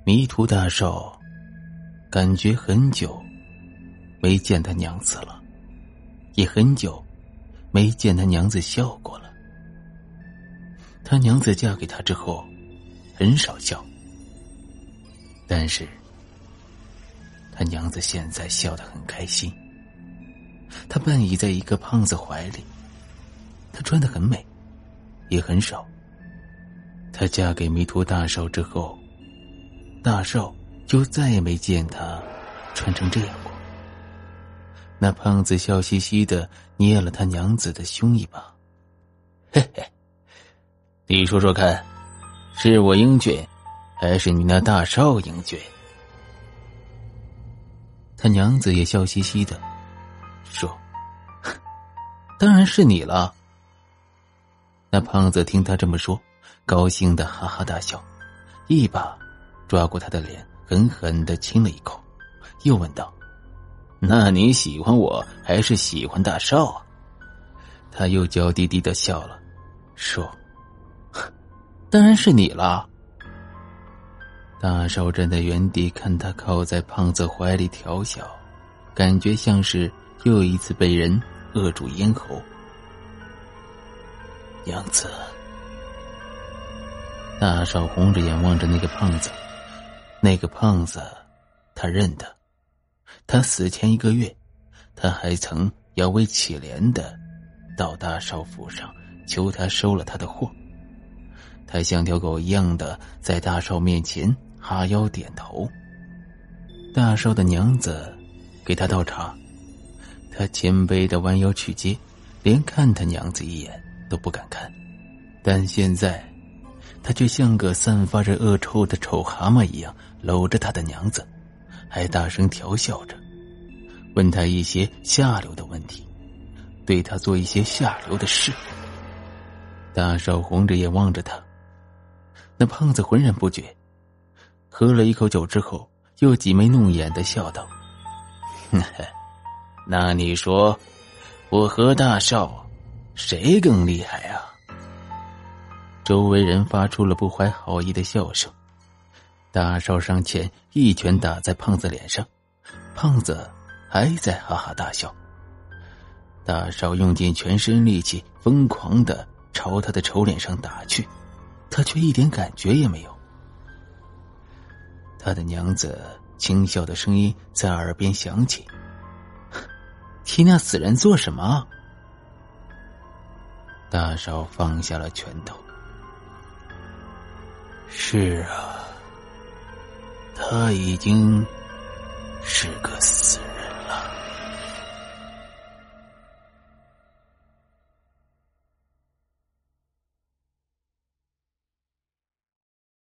迷途大少感觉很久没见他娘子了，也很久没见他娘子笑过了。他娘子嫁给他之后很少笑，但是他娘子现在笑得很开心。他半倚在一个胖子怀里，他穿得很美，也很少。他嫁给迷途大少之后，大少就再也没见他穿成这样过。那胖子笑嘻嘻地捏了他娘子的胸一把，嘿嘿，你说说看，是我英俊，还是你那大少英俊？他娘子也笑嘻嘻的说，当然是你了。那胖子听他这么说，高兴的哈哈大笑，一把抓过他的脸，狠狠地亲了一口，又问道，那你喜欢我还是喜欢大少啊？他又娇滴滴地笑了，说，当然是你了。大少站在原地看他靠在胖子怀里调笑，感觉像是又一次被人扼住咽喉。娘子。大少红着眼望着那个胖子，那个胖子他认得，他死前1个月，他还曾摇尾乞怜的到大少府上求他收了他的货。他像条狗一样的在大少面前哈腰点头。大少的娘子给他倒茶，他谦卑的弯腰去接，连看他娘子一眼都不敢看。但现在他却像个散发着恶臭的丑蛤蟆一样搂着他的娘子，还大声调笑着，问他一些下流的问题，对他做一些下流的事。大少红着眼望着他，那胖子浑然不觉，喝了一口酒之后又挤眉弄眼的笑道，那你说我和大少谁更厉害啊？周围人发出了不怀好意的笑声。大少上前一拳打在胖子脸上，胖子还在哈哈大笑。大少用尽全身力气疯狂地朝他的丑脸上打去，他却一点感觉也没有。他的娘子轻笑的声音在耳边响起，替那死人做什么？大少放下了拳头，是啊，他已经是个死人。